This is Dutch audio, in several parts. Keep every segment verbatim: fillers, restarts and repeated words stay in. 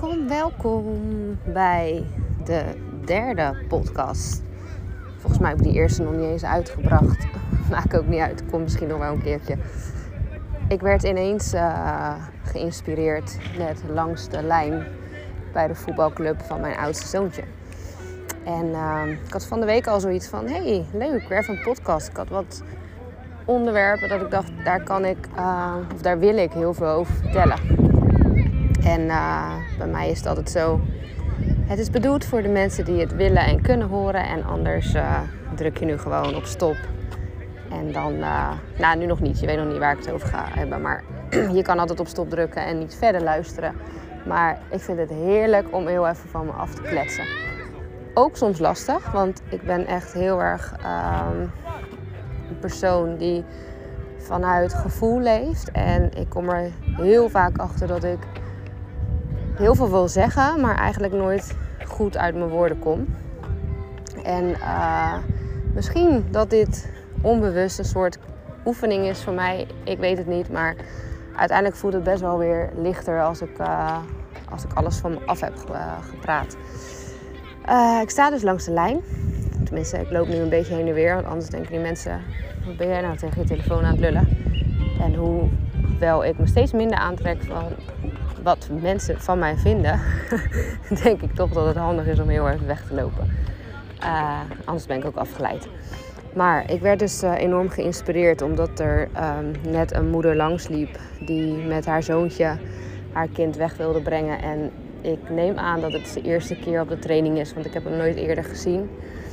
Welkom, welkom bij de derde podcast. Volgens mij heb ik die eerste nog niet eens uitgebracht. Maakt ook niet uit, komt misschien nog wel een keertje. Ik werd ineens uh, geïnspireerd net langs de lijn bij de voetbalclub van mijn oudste zoontje. En uh, ik had van de week al zoiets van, hey, leuk, weer even een podcast. Ik had wat onderwerpen dat ik dacht, daar kan ik, uh, of daar wil ik heel veel over vertellen. En uh, bij mij is het altijd zo, het is bedoeld voor de mensen die het willen en kunnen horen. En anders uh, druk je nu gewoon op stop. En dan, uh, nou nu nog niet, je weet nog niet waar ik het over ga hebben. Maar je kan altijd op stop drukken en niet verder luisteren. Maar ik vind het heerlijk om heel even van me af te kletsen. Ook soms lastig, want ik ben echt heel erg uh, een persoon die vanuit gevoel leeft. En ik kom er heel vaak achter dat ik heel veel wil zeggen, maar eigenlijk nooit goed uit mijn woorden kom. En uh, misschien dat dit onbewust een soort oefening is voor mij. Ik weet het niet, maar uiteindelijk voelt het best wel weer lichter als ik, uh, als ik alles van me af heb uh, gepraat. Uh, ik sta dus langs de lijn. Tenminste, ik loop nu een beetje heen en weer, want anders denken die mensen, wat ben jij nou tegen je telefoon aan het lullen? En hoewel ik me steeds minder aantrek van wat mensen van mij vinden, denk ik toch dat het handig is om heel even weg te lopen. Uh, anders ben ik ook afgeleid. Maar ik werd dus uh, enorm geïnspireerd omdat er um, net een moeder langsliep die met haar zoontje haar kind weg wilde brengen. En ik neem aan dat het de eerste keer op de training is, want ik heb hem nooit eerder gezien.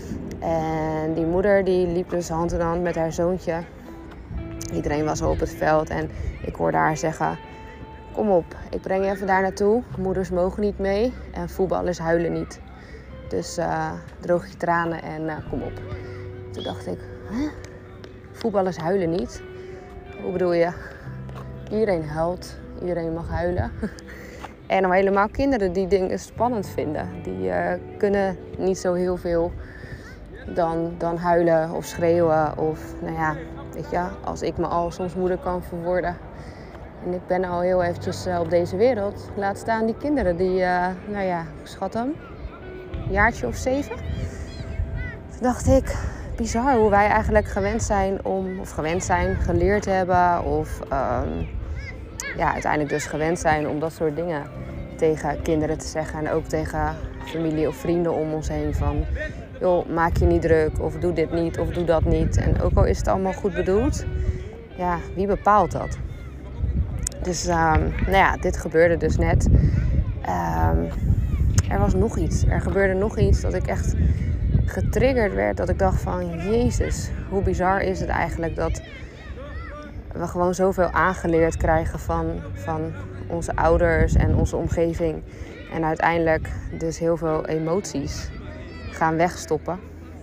En die moeder die liep dus hand in hand met haar zoontje. Iedereen was al op het veld en ik hoorde haar zeggen, kom op, ik breng je even daar naartoe. Moeders mogen niet mee en voetballers huilen niet. Dus uh, droog je tranen en uh, kom op. Toen dacht ik, huh? Voetballers huilen niet? Hoe bedoel je? Iedereen huilt, iedereen mag huilen. En dan helemaal kinderen die dingen spannend vinden. Die uh, kunnen niet zo heel veel dan, dan huilen of schreeuwen. Of nou ja, weet je, als ik me al soms moeder kan verwoorden. En ik ben al heel eventjes uh, op deze wereld. Laat staan die kinderen die, uh, nou ja, schat hem, een jaartje of zeven. Toen dacht ik, bizar hoe wij eigenlijk gewend zijn om, of gewend zijn, geleerd hebben. Of um, ja, uiteindelijk dus gewend zijn om dat soort dingen tegen kinderen te zeggen. En ook tegen familie of vrienden om ons heen van, joh, maak je niet druk of doe dit niet of doe dat niet. En ook al is het allemaal goed bedoeld, ja, wie bepaalt dat? Dus um, nou ja, dit gebeurde dus net. Um, er was nog iets. Er gebeurde nog iets dat ik echt getriggerd werd. Dat ik dacht van, Jezus, hoe bizar is het eigenlijk dat we gewoon zoveel aangeleerd krijgen van, van onze ouders en onze omgeving. En uiteindelijk dus heel veel emoties gaan wegstoppen.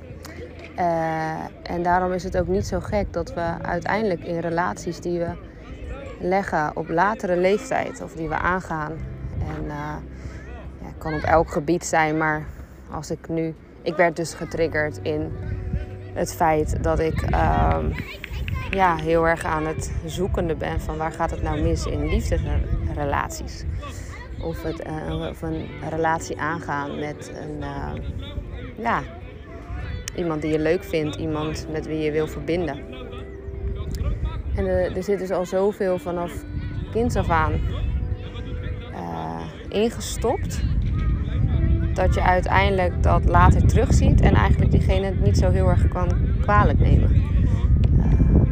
Uh, en daarom is het ook niet zo gek dat we uiteindelijk in relaties die we leggen op latere leeftijd of die we aangaan. En uh, ja, het kan op elk gebied zijn, maar als ik nu... Ik werd dus getriggerd in het feit dat ik uh, ja, heel erg aan het zoekende ben van waar gaat het nou mis in liefdesrelaties. Of, het, uh, of een relatie aangaan met een, uh, ja, iemand die je leuk vindt, iemand met wie je wil verbinden. En er, er zit dus al zoveel vanaf kinds af aan uh, ingestopt, dat je uiteindelijk dat later terugziet en eigenlijk diegene het niet zo heel erg kan kwalijk nemen. Uh,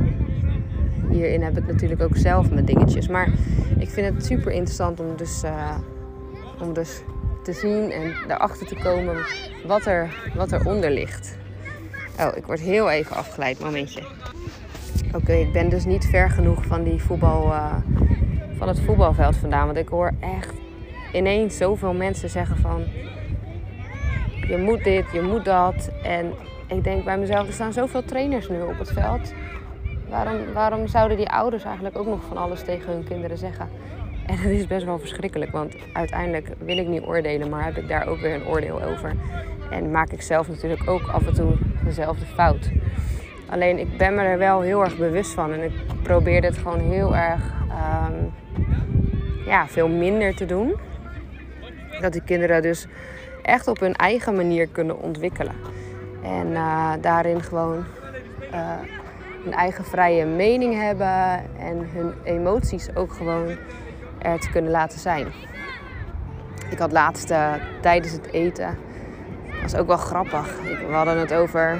hierin heb ik natuurlijk ook zelf mijn dingetjes, maar ik vind het super interessant om dus, uh, om dus te zien en daarachter te komen wat er, wat eronder ligt. Oh, ik word heel even afgeleid, momentje. Oké, okay, ik ben dus niet ver genoeg van, die voetbal, uh, van het voetbalveld vandaan. Want ik hoor echt ineens zoveel mensen zeggen van, je moet dit, je moet dat. En ik denk bij mezelf, er staan zoveel trainers nu op het veld. Waarom, waarom zouden die ouders eigenlijk ook nog van alles tegen hun kinderen zeggen? En dat is best wel verschrikkelijk, want uiteindelijk wil ik niet oordelen, maar heb ik daar ook weer een oordeel over. En maak ik zelf natuurlijk ook af en toe dezelfde fout. Alleen ik ben me er wel heel erg bewust van en ik probeer dit gewoon heel erg um, ja, veel minder te doen. Dat die kinderen dus echt op hun eigen manier kunnen ontwikkelen. En uh, daarin gewoon uh, hun eigen vrije mening hebben. En hun emoties ook gewoon er te kunnen laten zijn. Ik had laatst uh, tijdens het eten, was ook wel grappig. Ik, we hadden het over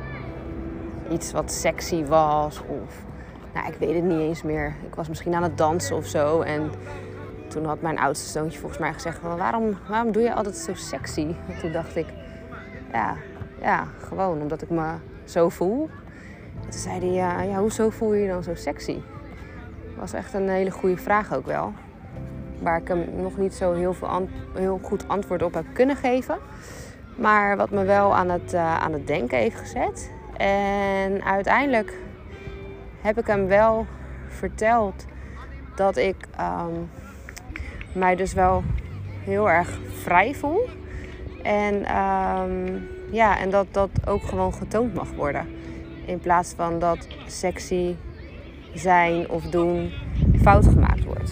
iets wat sexy was. Of, nou, ik weet het niet eens meer. Ik was misschien aan het dansen of zo. En toen had mijn oudste zoontje volgens mij gezegd van, waarom, waarom doe je altijd zo sexy? En toen dacht ik, ja, ja, gewoon omdat ik me zo voel. En toen zei hij, ja, ja, hoezo voel je je dan zo sexy? Dat was echt een hele goede vraag ook wel. Waar ik hem nog niet zo heel, veel an- heel goed antwoord op heb kunnen geven. Maar wat me wel aan het, uh, aan het denken heeft gezet. En uiteindelijk heb ik hem wel verteld dat ik um, mij dus wel heel erg vrij voel. En, um, ja, en dat dat ook gewoon getoond mag worden. In plaats van dat sexy zijn of doen fout gemaakt wordt.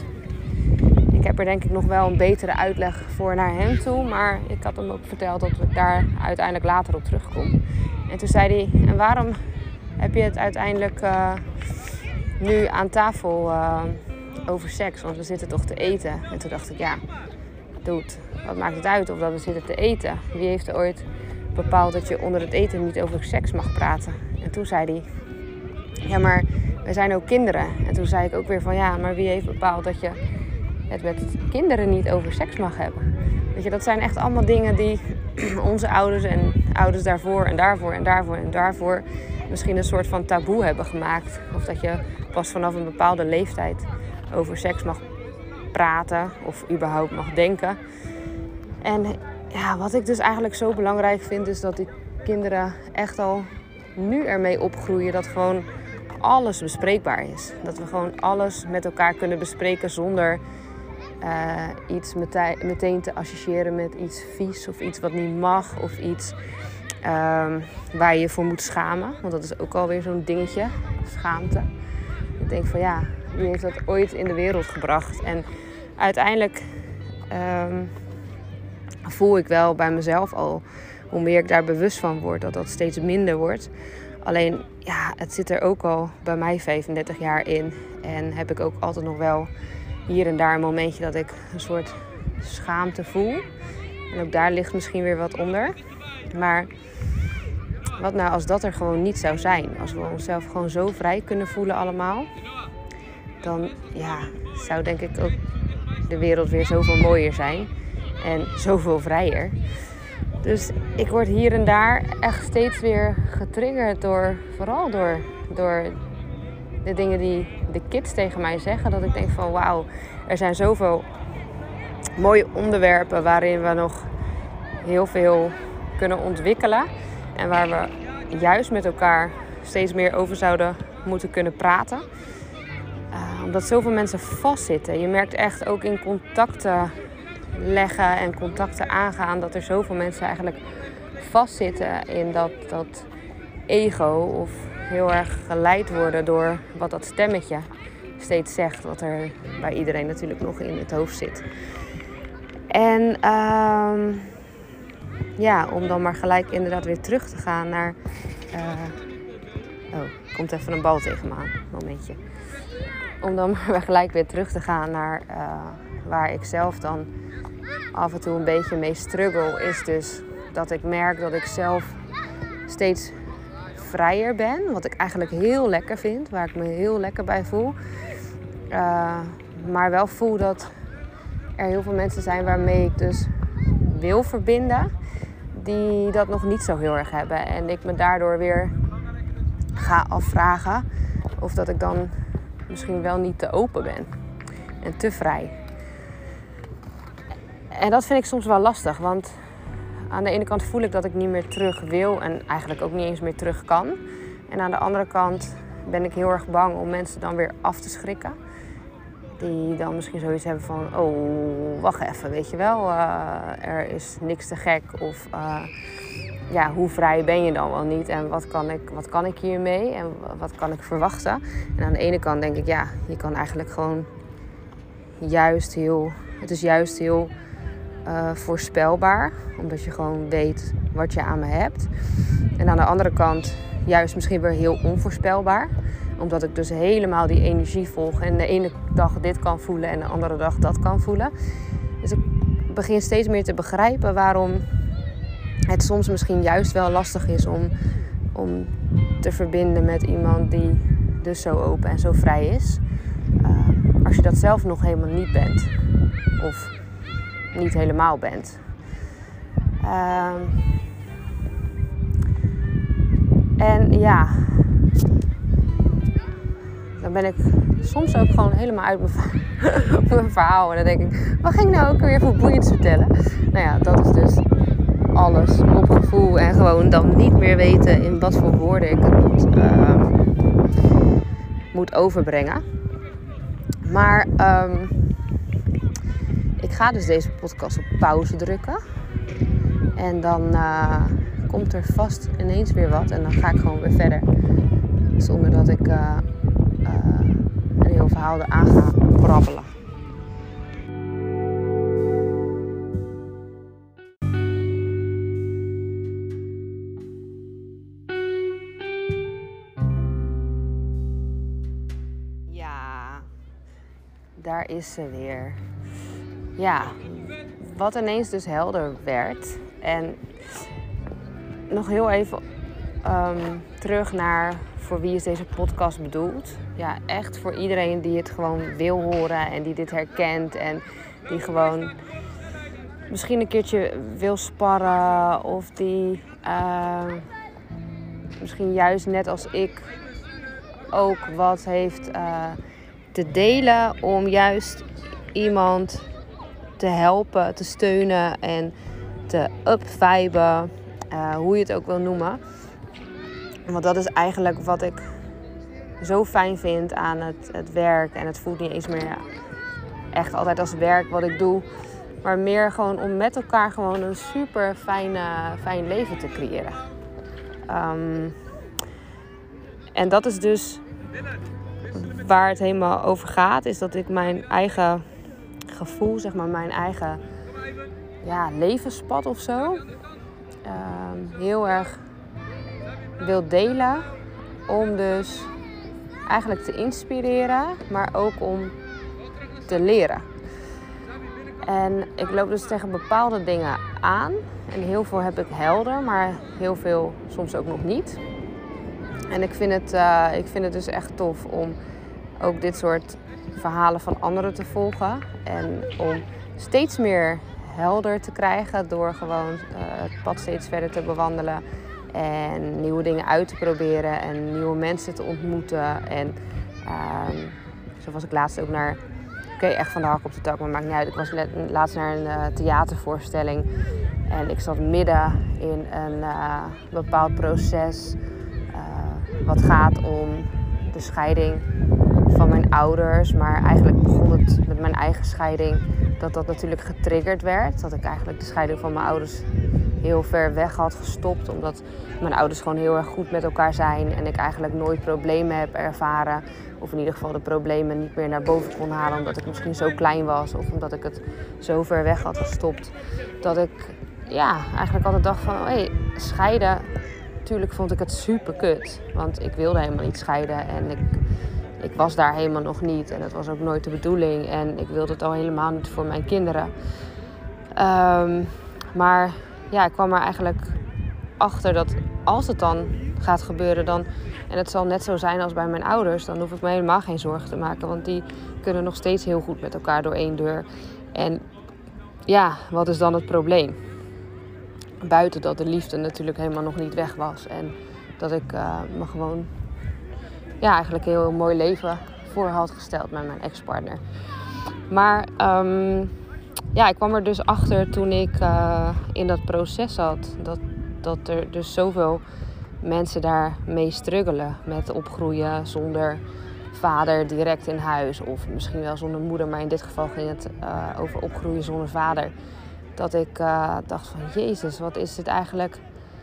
Ik heb er denk ik nog wel een betere uitleg voor naar hem toe. Maar ik had hem ook verteld dat ik daar uiteindelijk later op terugkom. En toen zei hij, en waarom heb je het uiteindelijk uh, nu aan tafel uh, over seks? Want we zitten toch te eten. En toen dacht ik, ja, dude, wat maakt het uit of dat we zitten te eten? Wie heeft er ooit bepaald dat je onder het eten niet over seks mag praten? En toen zei hij, ja, maar we zijn ook kinderen. En toen zei ik ook weer van, ja, maar wie heeft bepaald dat je het met kinderen niet over seks mag hebben? Weet je, dat zijn echt allemaal dingen die onze ouders en ouders daarvoor en daarvoor en daarvoor en daarvoor misschien een soort van taboe hebben gemaakt. Of dat je pas vanaf een bepaalde leeftijd over seks mag praten of überhaupt mag denken. En ja, wat ik dus eigenlijk zo belangrijk vind, is dat die kinderen echt al nu ermee opgroeien dat gewoon alles bespreekbaar is. Dat we gewoon alles met elkaar kunnen bespreken zonder uh, iets meteen, meteen te associëren met iets vies of iets wat niet mag of iets um, waar je je voor moet schamen. Want dat is ook alweer zo'n dingetje, schaamte. Ik denk van ja, wie heeft dat ooit in de wereld gebracht? En uiteindelijk um, voel ik wel bij mezelf al, hoe meer ik daar bewust van word, dat dat steeds minder wordt. Alleen, ja, het zit er ook al bij mij vijfendertig jaar in. En heb ik ook altijd nog wel hier en daar een momentje dat ik een soort schaamte voel. En ook daar ligt misschien weer wat onder. Maar wat nou als dat er gewoon niet zou zijn? Als we onszelf gewoon zo vrij kunnen voelen allemaal. Dan, ja, zou denk ik ook de wereld weer zoveel mooier zijn. En zoveel vrijer. Dus ik word hier en daar echt steeds weer getriggerd door, vooral door, door de dingen die de kids tegen mij zeggen. Dat ik denk van wauw, er zijn zoveel mooie onderwerpen waarin we nog heel veel kunnen ontwikkelen. En waar we juist met elkaar steeds meer over zouden moeten kunnen praten. Uh, omdat zoveel mensen vastzitten. Je merkt echt ook in contacten leggen en contacten aangaan dat er zoveel mensen eigenlijk vastzitten in dat, dat ego of heel erg geleid worden door wat dat stemmetje steeds zegt, wat er bij iedereen natuurlijk nog in het hoofd zit. En uh, ja, om dan maar gelijk inderdaad weer terug te gaan naar uh, oh, er komt even een bal tegen me aan, momentje. Om dan maar gelijk weer terug te gaan naar uh, waar ik zelf dan af en toe een beetje mee struggle, is dus dat ik merk dat ik zelf steeds vrijer ben. Wat ik eigenlijk heel lekker vind, waar ik me heel lekker bij voel. Uh, maar wel voel dat er heel veel mensen zijn waarmee ik dus wil verbinden, die dat nog niet zo heel erg hebben. En ik me daardoor weer ga afvragen of dat ik dan misschien wel niet te open ben en te vrij. En dat vind ik soms wel lastig, want aan de ene kant voel ik dat ik niet meer terug wil en eigenlijk ook niet eens meer terug kan. En aan de andere kant ben ik heel erg bang om mensen dan weer af te schrikken. Die dan misschien zoiets hebben van, oh, wacht even, weet je wel, uh, er is niks te gek. Of uh, ja, hoe vrij ben je dan wel niet en wat kan ik, wat kan ik hiermee en wat kan ik verwachten? En aan de ene kant denk ik, ja, je kan eigenlijk gewoon juist heel, het is juist heel uh, voorspelbaar. Omdat je gewoon weet wat je aan me hebt. En aan de andere kant juist misschien weer heel onvoorspelbaar. Omdat ik dus helemaal die energie volg. En de ene dag dit kan voelen en de andere dag dat kan voelen. Dus ik begin steeds meer te begrijpen waarom het soms misschien juist wel lastig is om, om te verbinden met iemand die dus zo open en zo vrij is. Uh, als je dat zelf nog helemaal niet bent. Of niet helemaal bent. Uh, en ja, dan ben ik soms ook gewoon helemaal uit mijn, mijn verhaal. En dan denk ik, wat ging ik nou ook weer voor boeiend vertellen? Nou ja, dat is dus alles op gevoel. En gewoon dan niet meer weten in wat voor woorden ik het moet, uh, moet overbrengen. Maar um, ik ga dus deze podcast op pauze drukken. En dan uh, komt er vast ineens weer wat. En dan ga ik gewoon weer verder. Zonder dat ik uh, uh, een heel verhaal eraan ga brabbelen. Ja, daar is ze weer. Ja, wat ineens dus helder werd. En nog heel even um, terug naar voor wie is deze podcast bedoeld. Ja, echt voor iedereen die het gewoon wil horen en die dit herkent. En die gewoon misschien een keertje wil sparren. Of die uh, misschien juist net als ik ook wat heeft uh, te delen om juist iemand te helpen, te steunen en te upviben, uh, hoe je het ook wil noemen. Want dat is eigenlijk wat ik zo fijn vind aan het, het werk. En het voelt niet eens meer ja, echt altijd als werk wat ik doe. Maar meer gewoon om met elkaar gewoon een super fijne, fijn leven te creëren. Um, en dat is dus waar het helemaal over gaat. Is dat ik mijn eigen gevoel, zeg maar mijn eigen ja, levenspad of zo. Um, heel erg wil delen. Om dus eigenlijk te inspireren. Maar ook om te leren. En ik loop dus tegen bepaalde dingen aan. En heel veel heb ik helder. Maar heel veel soms ook nog niet. En ik vind het, uh, ik vind het dus echt tof om ook dit soort verhalen van anderen te volgen. En om steeds meer helder te krijgen door gewoon uh, het pad steeds verder te bewandelen. En nieuwe dingen uit te proberen en nieuwe mensen te ontmoeten. En uh, zo was ik laatst ook naar, oké, okay, echt van de hak op de tak, maar maakt niet uit. Ik was laatst naar een uh, theatervoorstelling. En ik zat midden in een uh, bepaald proces. Uh, wat gaat om de scheiding van mijn ouders. Maar eigenlijk begon het met mijn eigen scheiding. Dat dat natuurlijk getriggerd werd. Dat ik eigenlijk de scheiding van mijn ouders heel ver weg had gestopt. Omdat mijn ouders gewoon heel erg goed met elkaar zijn. En ik eigenlijk nooit problemen heb ervaren. Of in ieder geval de problemen niet meer naar boven kon halen. Omdat ik misschien zo klein was. Of omdat ik het zo ver weg had gestopt. Dat ik ja, eigenlijk altijd dacht van, hé, hey, scheiden. Natuurlijk vond ik het super kut. Want ik wilde helemaal niet scheiden. En ik, ik was daar helemaal nog niet. En dat was ook nooit de bedoeling. En ik wilde het al helemaal niet voor mijn kinderen. Um, maar ja, ik kwam er eigenlijk achter dat als het dan gaat gebeuren, dan, en het zal net zo zijn als bij mijn ouders, dan hoef ik me helemaal geen zorgen te maken. Want die kunnen nog steeds heel goed met elkaar door één deur. En ja, wat is dan het probleem? Buiten dat de liefde natuurlijk helemaal nog niet weg was. En dat ik uh, me gewoon ja, eigenlijk een heel mooi leven voor had gesteld met mijn ex-partner. Maar um, ja, ik kwam er dus achter toen ik uh, in dat proces zat. Dat, dat er dus zoveel mensen daarmee struggelen. Met opgroeien zonder vader direct in huis. Of misschien wel zonder moeder. Maar in dit geval ging het uh, over opgroeien zonder vader. Dat ik uh, dacht van, Jezus, wat is dit eigenlijk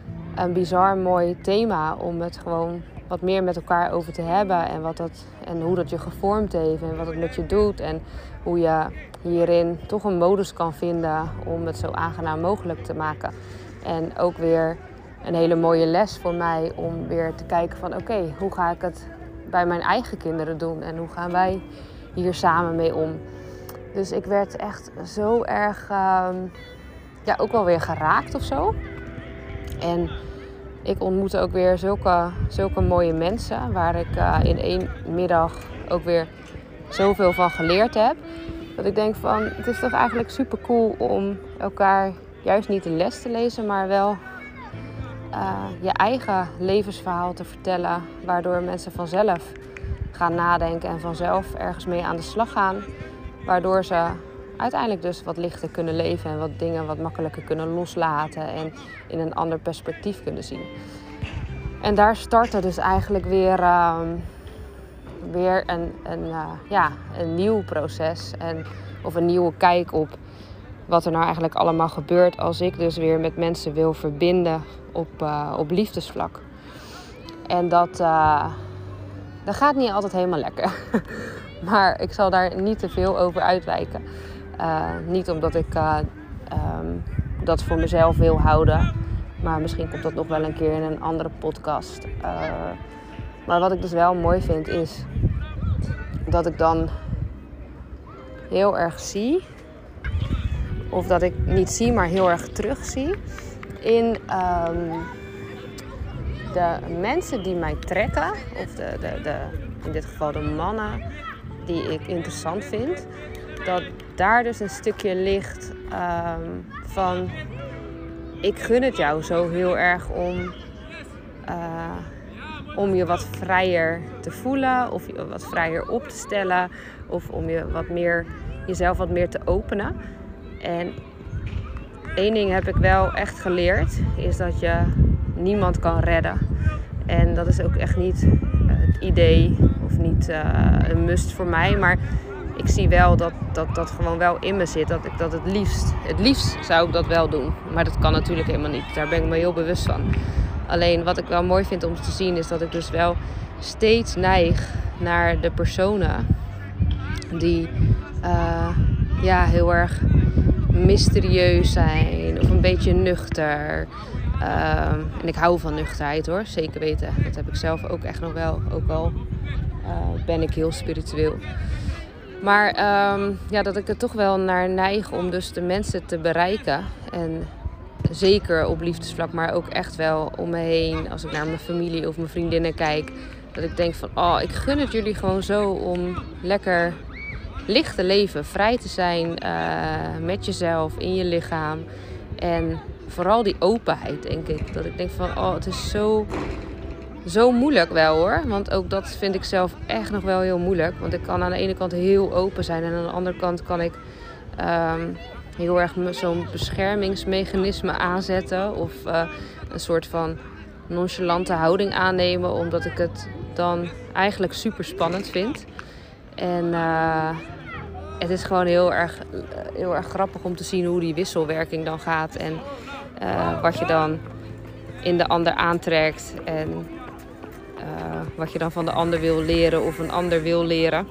een bizar mooi thema om het gewoon wat meer met elkaar over te hebben. En, wat dat, en hoe dat je gevormd heeft en wat het met je doet. En hoe je hierin toch een modus kan vinden om het zo aangenaam mogelijk te maken. En ook weer een hele mooie les voor mij om weer te kijken van oké, okay, hoe ga ik het bij mijn eigen kinderen doen? En hoe gaan wij hier samen mee om? Dus ik werd echt zo erg, uh, ja, ook wel weer geraakt of zo. En ik ontmoette ook weer zulke, zulke mooie mensen, waar ik uh, in één middag ook weer zoveel van geleerd heb. Dat ik denk van, het is toch eigenlijk super cool om elkaar juist niet de les te lezen, maar wel uh, je eigen levensverhaal te vertellen. Waardoor mensen vanzelf gaan nadenken en vanzelf ergens mee aan de slag gaan. Waardoor ze uiteindelijk dus wat lichter kunnen leven en wat dingen wat makkelijker kunnen loslaten en in een ander perspectief kunnen zien. En daar startte dus eigenlijk weer, uh, weer een, een, uh, ja, een nieuw proces en, of een nieuwe kijk op wat er nou eigenlijk allemaal gebeurt als ik dus weer met mensen wil verbinden op, uh, op liefdesvlak. En dat, uh, dat gaat niet altijd helemaal lekker. Maar ik zal daar niet te veel over uitwijken. Uh, niet omdat ik uh, um, dat voor mezelf wil houden. Maar misschien komt dat nog wel een keer in een andere podcast. Uh, maar wat ik dus wel mooi vind is dat ik dan heel erg zie. Of dat ik niet zie, maar heel erg terugzie. In um, de mensen die mij trekken. Of de, de, de, in dit geval de mannen die ik interessant vind. Dat daar dus een stukje ligt um, van... Ik gun het jou zo heel erg om, uh, om je wat vrijer te voelen. Of je wat vrijer op te stellen. Of om je wat meer, jezelf wat meer te openen. En één ding heb ik wel echt geleerd. Is dat je niemand kan redden. En dat is ook echt niet uh, het idee. Of niet uh, een must voor mij. Maar ik zie wel dat, dat dat gewoon wel in me zit. Dat ik dat het liefst, het liefst zou ik dat wel doen. Maar dat kan natuurlijk helemaal niet. Daar ben ik me heel bewust van. Alleen wat ik wel mooi vind om te zien is dat ik dus wel steeds neig naar de personen die uh, ja, heel erg mysterieus zijn. Of een beetje nuchter. Uh, en ik hou van nuchterheid hoor, zeker weten. Dat heb ik zelf ook echt nog wel. Ook al uh, ben ik heel spiritueel. Maar um, ja, dat ik er toch wel naar neig om dus de mensen te bereiken. En zeker op liefdesvlak, maar ook echt wel om me heen. Als ik naar mijn familie of mijn vriendinnen kijk. Dat ik denk van, oh, ik gun het jullie gewoon zo om lekker licht te leven. Vrij te zijn uh, met jezelf, in je lichaam. En vooral die openheid, denk ik. Dat ik denk van, oh, het is zo... Zo moeilijk wel hoor, want ook dat vind ik zelf echt nog wel heel moeilijk. Want ik kan aan de ene kant heel open zijn en aan de andere kant kan ik um, heel erg zo'n beschermingsmechanisme aanzetten. Of uh, een soort van nonchalante houding aannemen, omdat ik het dan eigenlijk super spannend vind. En uh, het is gewoon heel erg, heel erg grappig om te zien hoe die wisselwerking dan gaat. En uh, wat je dan in de ander aantrekt en... Uh, wat je dan van de ander wil leren of een ander wil leren.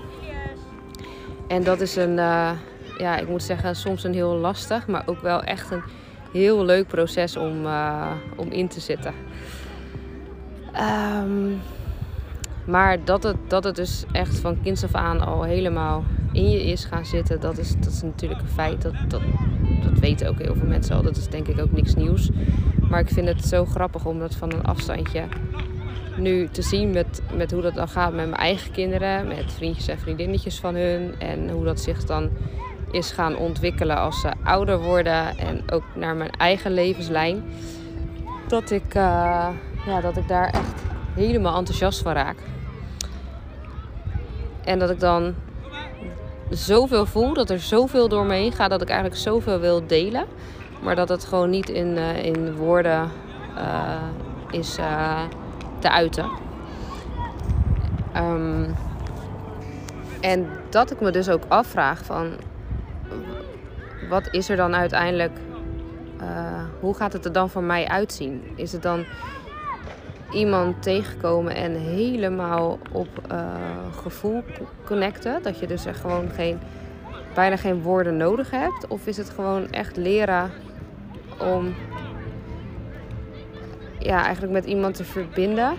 En dat is een, uh, ja, ik moet zeggen, soms een heel lastig, maar ook wel echt een heel leuk proces om, uh, om in te zitten. Um, maar dat het, dat het dus echt van kinds af aan al helemaal in je is gaan zitten, dat is, dat is natuurlijk een feit. Dat, dat, dat weten ook heel veel mensen al. Dat is denk ik ook niks nieuws. Maar ik vind het zo grappig om dat van een afstandje nu te zien met, met hoe dat dan gaat met mijn eigen kinderen, met vriendjes en vriendinnetjes van hun. En hoe dat zich dan is gaan ontwikkelen als ze ouder worden. En ook naar mijn eigen levenslijn. Dat ik, uh, ja, dat ik daar echt helemaal enthousiast van raak. En dat ik dan zoveel voel, dat er zoveel door me heen gaat, dat ik eigenlijk zoveel wil delen. Maar dat het gewoon niet in, uh, in woorden uh, is... Uh, te uiten. Um, en dat ik me dus ook afvraag van... Wat is er dan uiteindelijk... Uh, hoe gaat het er dan voor mij uitzien? Is het dan iemand tegenkomen en helemaal op uh, gevoel connecten? Dat je dus echt gewoon geen, bijna geen woorden nodig hebt? Of is het gewoon echt leren om ja, eigenlijk met iemand te verbinden?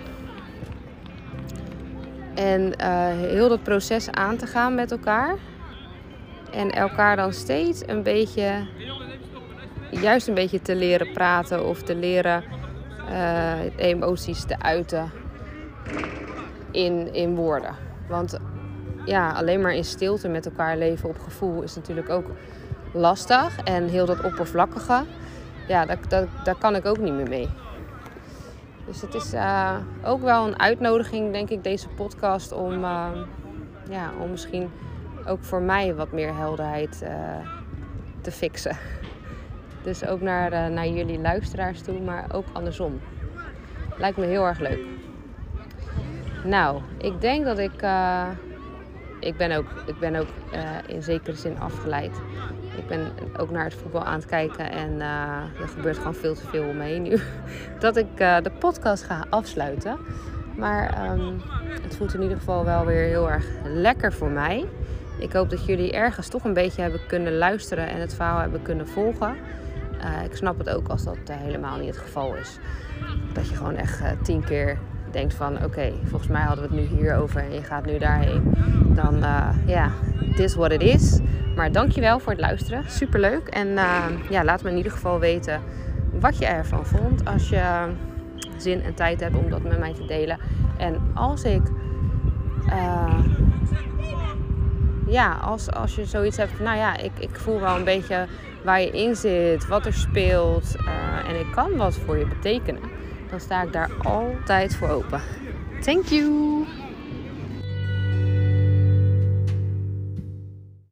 En uh, heel dat proces aan te gaan met elkaar. En elkaar dan steeds een beetje, juist een beetje te leren praten of te leren uh, emoties te uiten in, in woorden. Want ja, alleen maar in stilte met elkaar leven op gevoel is natuurlijk ook lastig. En heel dat oppervlakkige, ja, daar, daar, daar kan ik ook niet meer mee. Dus het is uh, ook wel een uitnodiging, denk ik, deze podcast om, uh, ja, om misschien ook voor mij wat meer helderheid uh, te fixen. Dus ook naar, uh, naar jullie luisteraars toe, maar ook andersom. Lijkt me heel erg leuk. Nou, ik denk dat ik... Uh, ik ben ook, ik ben ook uh, in zekere zin afgeleid. Ik ben ook naar het voetbal aan het kijken en uh, er gebeurt gewoon veel te veel om me heen nu. Dat ik uh, de podcast ga afsluiten. Maar um, het voelt in ieder geval wel weer heel erg lekker voor mij. Ik hoop dat jullie ergens toch een beetje hebben kunnen luisteren en het verhaal hebben kunnen volgen. Uh, ik snap het ook als dat uh, helemaal niet het geval is. Dat je gewoon echt uh, tien keer denkt van oké, okay, volgens mij hadden we het nu hierover en je gaat nu daarheen. Dan ja, uh, yeah, it is what it is. Maar dankjewel voor het luisteren. Superleuk. En uh, ja, laat me in ieder geval weten wat je ervan vond. Als je zin en tijd hebt om dat met mij te delen. En als ik... Uh, ja, als, als je zoiets hebt van... Nou ja, ik, ik voel wel een beetje waar je in zit. Wat er speelt. Uh, en ik kan wat voor je betekenen. Dan sta ik daar altijd voor open. Thank you!